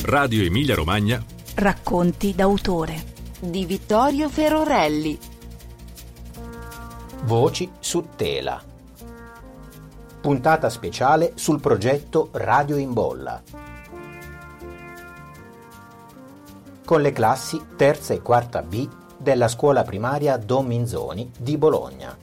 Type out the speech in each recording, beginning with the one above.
Radio Emilia Romagna. Racconti d'autore di Vittorio Ferorelli. Voci su tela. Puntata speciale sul progetto Radio in Bolla. Con le classi terza e quarta B della scuola primaria Don Minzoni di Bologna.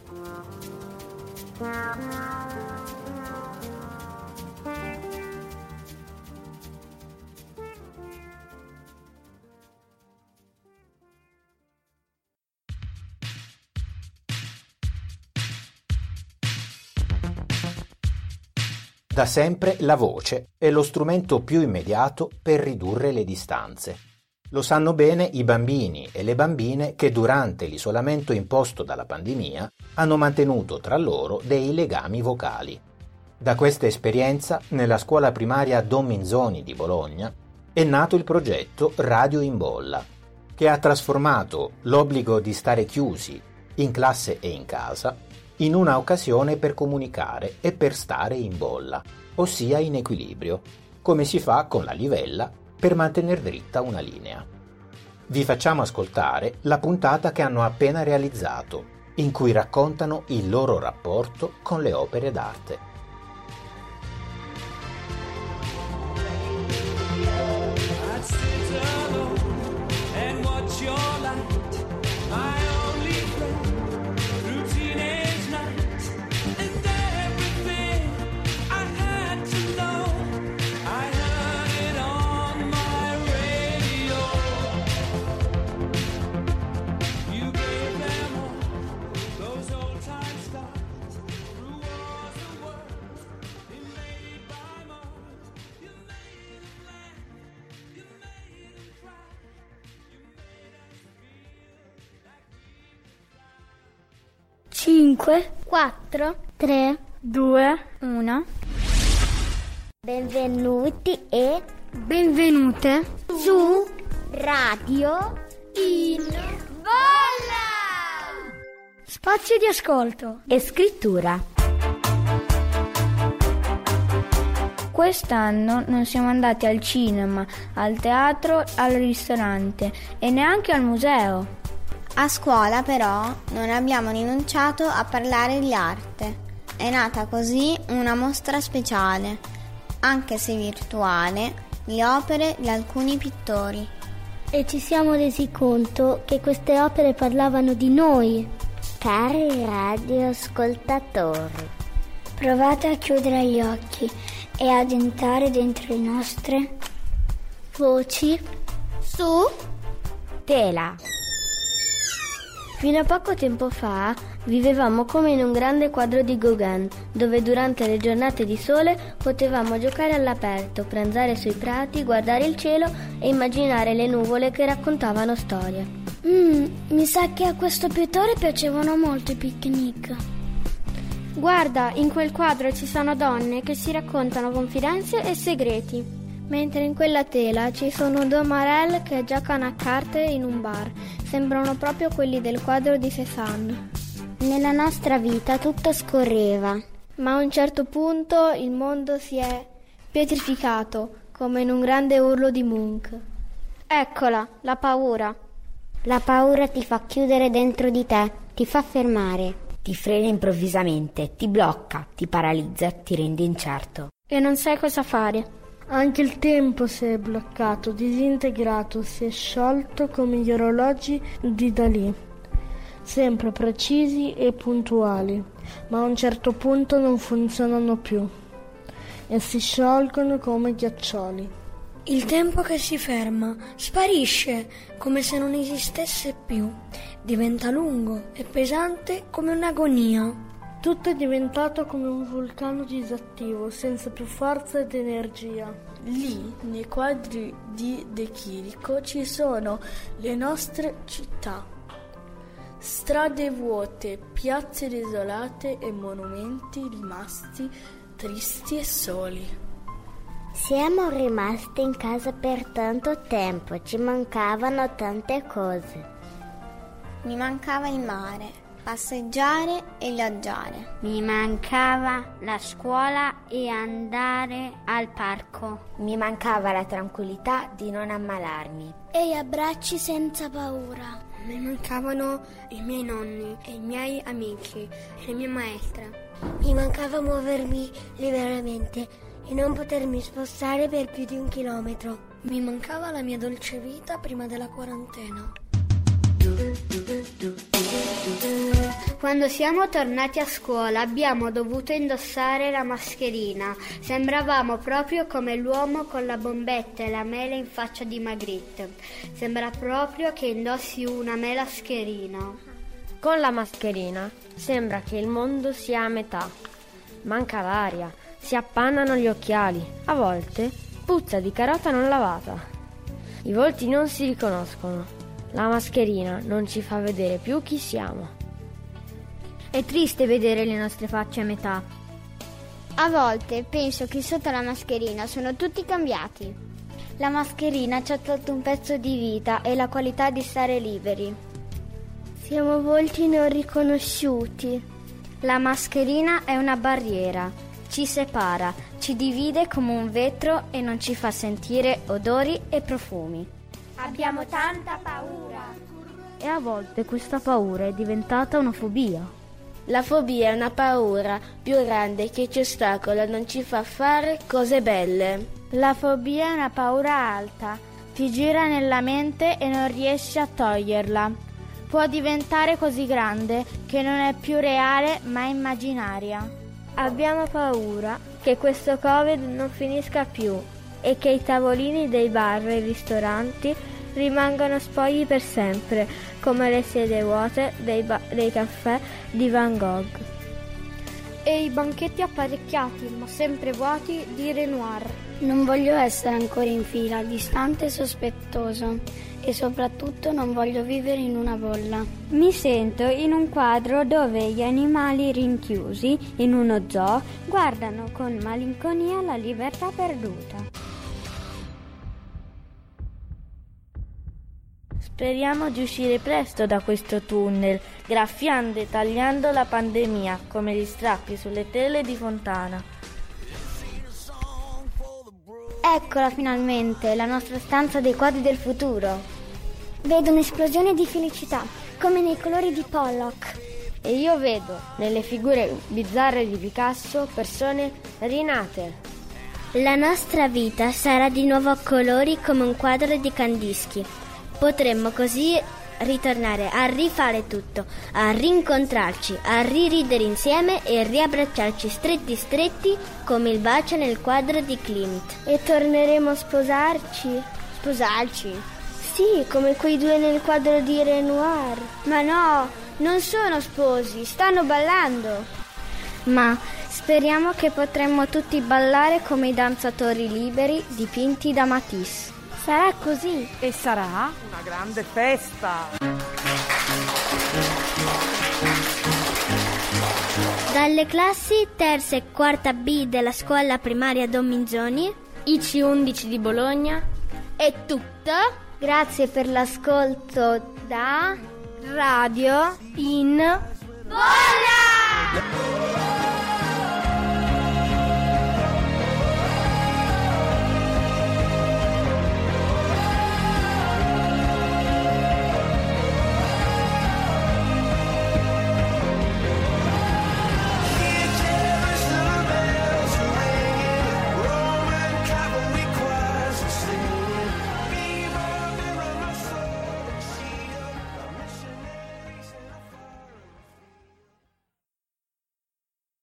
Da sempre la voce è lo strumento più immediato per ridurre le distanze. Lo sanno bene i bambini e le bambine che durante l'isolamento imposto dalla pandemia hanno mantenuto tra loro dei legami vocali. Da questa esperienza, nella scuola primaria Don Minzoni di Bologna, è nato il progetto Radio in Bolla, che ha trasformato l'obbligo di stare chiusi in classe e in casa in una occasione per comunicare e per stare in bolla, ossia in equilibrio, come si fa con la livella per mantenere dritta una linea. Vi facciamo ascoltare la puntata che hanno appena realizzato, in cui raccontano il loro rapporto con le opere d'arte. Cinque, 4, 3, 2, 1. Benvenuti e benvenute su Radio in Bolla! Spazio di ascolto e scrittura. Quest'anno non siamo andati al cinema, al teatro, al ristorante e neanche al museo. A scuola però non abbiamo rinunciato a parlare di arte. È nata così una mostra speciale, anche se virtuale, di opere di alcuni pittori. E ci siamo resi conto che queste opere parlavano di noi. Cari radioascoltatori, provate a chiudere gli occhi e ad entrare dentro le nostre voci su tela. Fino a poco tempo fa vivevamo come in un grande quadro di Gauguin, dove durante le giornate di sole potevamo giocare all'aperto, pranzare sui prati, guardare il cielo e immaginare le nuvole che raccontavano storie. Mi sa che a questo pittore piacevano molto i picnic. Guarda, in quel quadro ci sono donne che si raccontano confidenze e segreti. Mentre in quella tela ci sono due Marelle che giocano a carte in un bar. Sembrano proprio quelli del quadro di Cézanne. Nella nostra vita tutto scorreva, ma a un certo punto il mondo si è pietrificato, come in un grande urlo di Munch. Eccola, la paura. La paura ti fa chiudere dentro di te, ti fa fermare. Ti frena improvvisamente, ti blocca, ti paralizza, ti rende incerto. E non sai cosa fare. Anche il tempo si è bloccato, disintegrato, si è sciolto come gli orologi di Dalì, sempre precisi e puntuali, ma a un certo punto non funzionano più e si sciolgono come ghiaccioli. Il tempo che si ferma, sparisce come se non esistesse più, diventa lungo e pesante come un'agonia. Tutto è diventato come un vulcano disattivo, senza più forza ed energia. Lì, nei quadri di De Chirico, ci sono le nostre città. Strade vuote, piazze desolate e monumenti rimasti tristi e soli. Siamo rimasti in casa per tanto tempo, ci mancavano tante cose. Mi mancava il mare. passeggiare e viaggiare. Mi mancava la scuola e andare al parco. Mi mancava la tranquillità di non ammalarmi. E gli abbracci senza paura. Mi mancavano i miei nonni e i miei amici e le mie maestre. Mi mancava muovermi liberamente e non potermi spostare per più di 1 chilometro. Mi mancava la mia dolce vita prima della quarantena. Quando siamo tornati a scuola abbiamo dovuto indossare la mascherina. Sembravamo proprio come l'uomo con la bombetta e la mela in faccia di Magritte. Sembra proprio che indossi una melascherina. Con la mascherina sembra che il mondo sia a metà. Manca l'aria, si appannano gli occhiali. A volte puzza di carota non lavata. I volti non si riconoscono. La mascherina non ci fa vedere più chi siamo. È triste vedere le nostre facce a metà. A volte penso che sotto la mascherina sono tutti cambiati. La mascherina ci ha tolto un pezzo di vita e la qualità di stare liberi. Siamo volti non riconosciuti. La mascherina è una barriera, ci separa, ci divide come un vetro e non ci fa sentire odori e profumi. Abbiamo tanta paura. E a volte questa paura è diventata una fobia. La fobia è una paura più grande che ci ostacola, non ci fa fare cose belle. La fobia è una paura alta, ti gira nella mente e non riesci a toglierla. Può diventare così grande che non è più reale ma immaginaria. Abbiamo paura che questo Covid non finisca più e che i tavolini dei bar e ristoranti rimangano spogli per sempre, come le sedie vuote dei caffè di Van Gogh. E i banchetti apparecchiati, ma sempre vuoti, di Renoir. Non voglio essere ancora in fila, distante e sospettoso. E soprattutto non voglio vivere in una bolla. Mi sento in un quadro dove gli animali rinchiusi in uno zoo guardano con malinconia la libertà perduta. Speriamo di uscire presto da questo tunnel, graffiando e tagliando la pandemia come gli strappi sulle tele di Fontana. Eccola finalmente, la nostra stanza dei quadri del futuro. Vedo un'esplosione di felicità, come nei colori di Pollock. E io vedo, nelle figure bizzarre di Picasso, persone rinate. La nostra vita sarà di nuovo a colori come un quadro di Kandinsky. Potremmo così ritornare a rifare tutto, a rincontrarci, a riridere insieme e riabbracciarci stretti stretti come il bacio nel quadro di Klimt. E torneremo a sposarci? Sposarci? Sì, come quei due nel quadro di Renoir. Ma no, non sono sposi, stanno ballando. Ma speriamo che potremmo tutti ballare come i danzatori liberi dipinti da Matisse. Sarà così. E sarà una grande festa. Dalle classi terza e quarta B della scuola primaria Don Minzoni, IC11 di Bologna, è tutto. Grazie per l'ascolto da Radio in Bolla!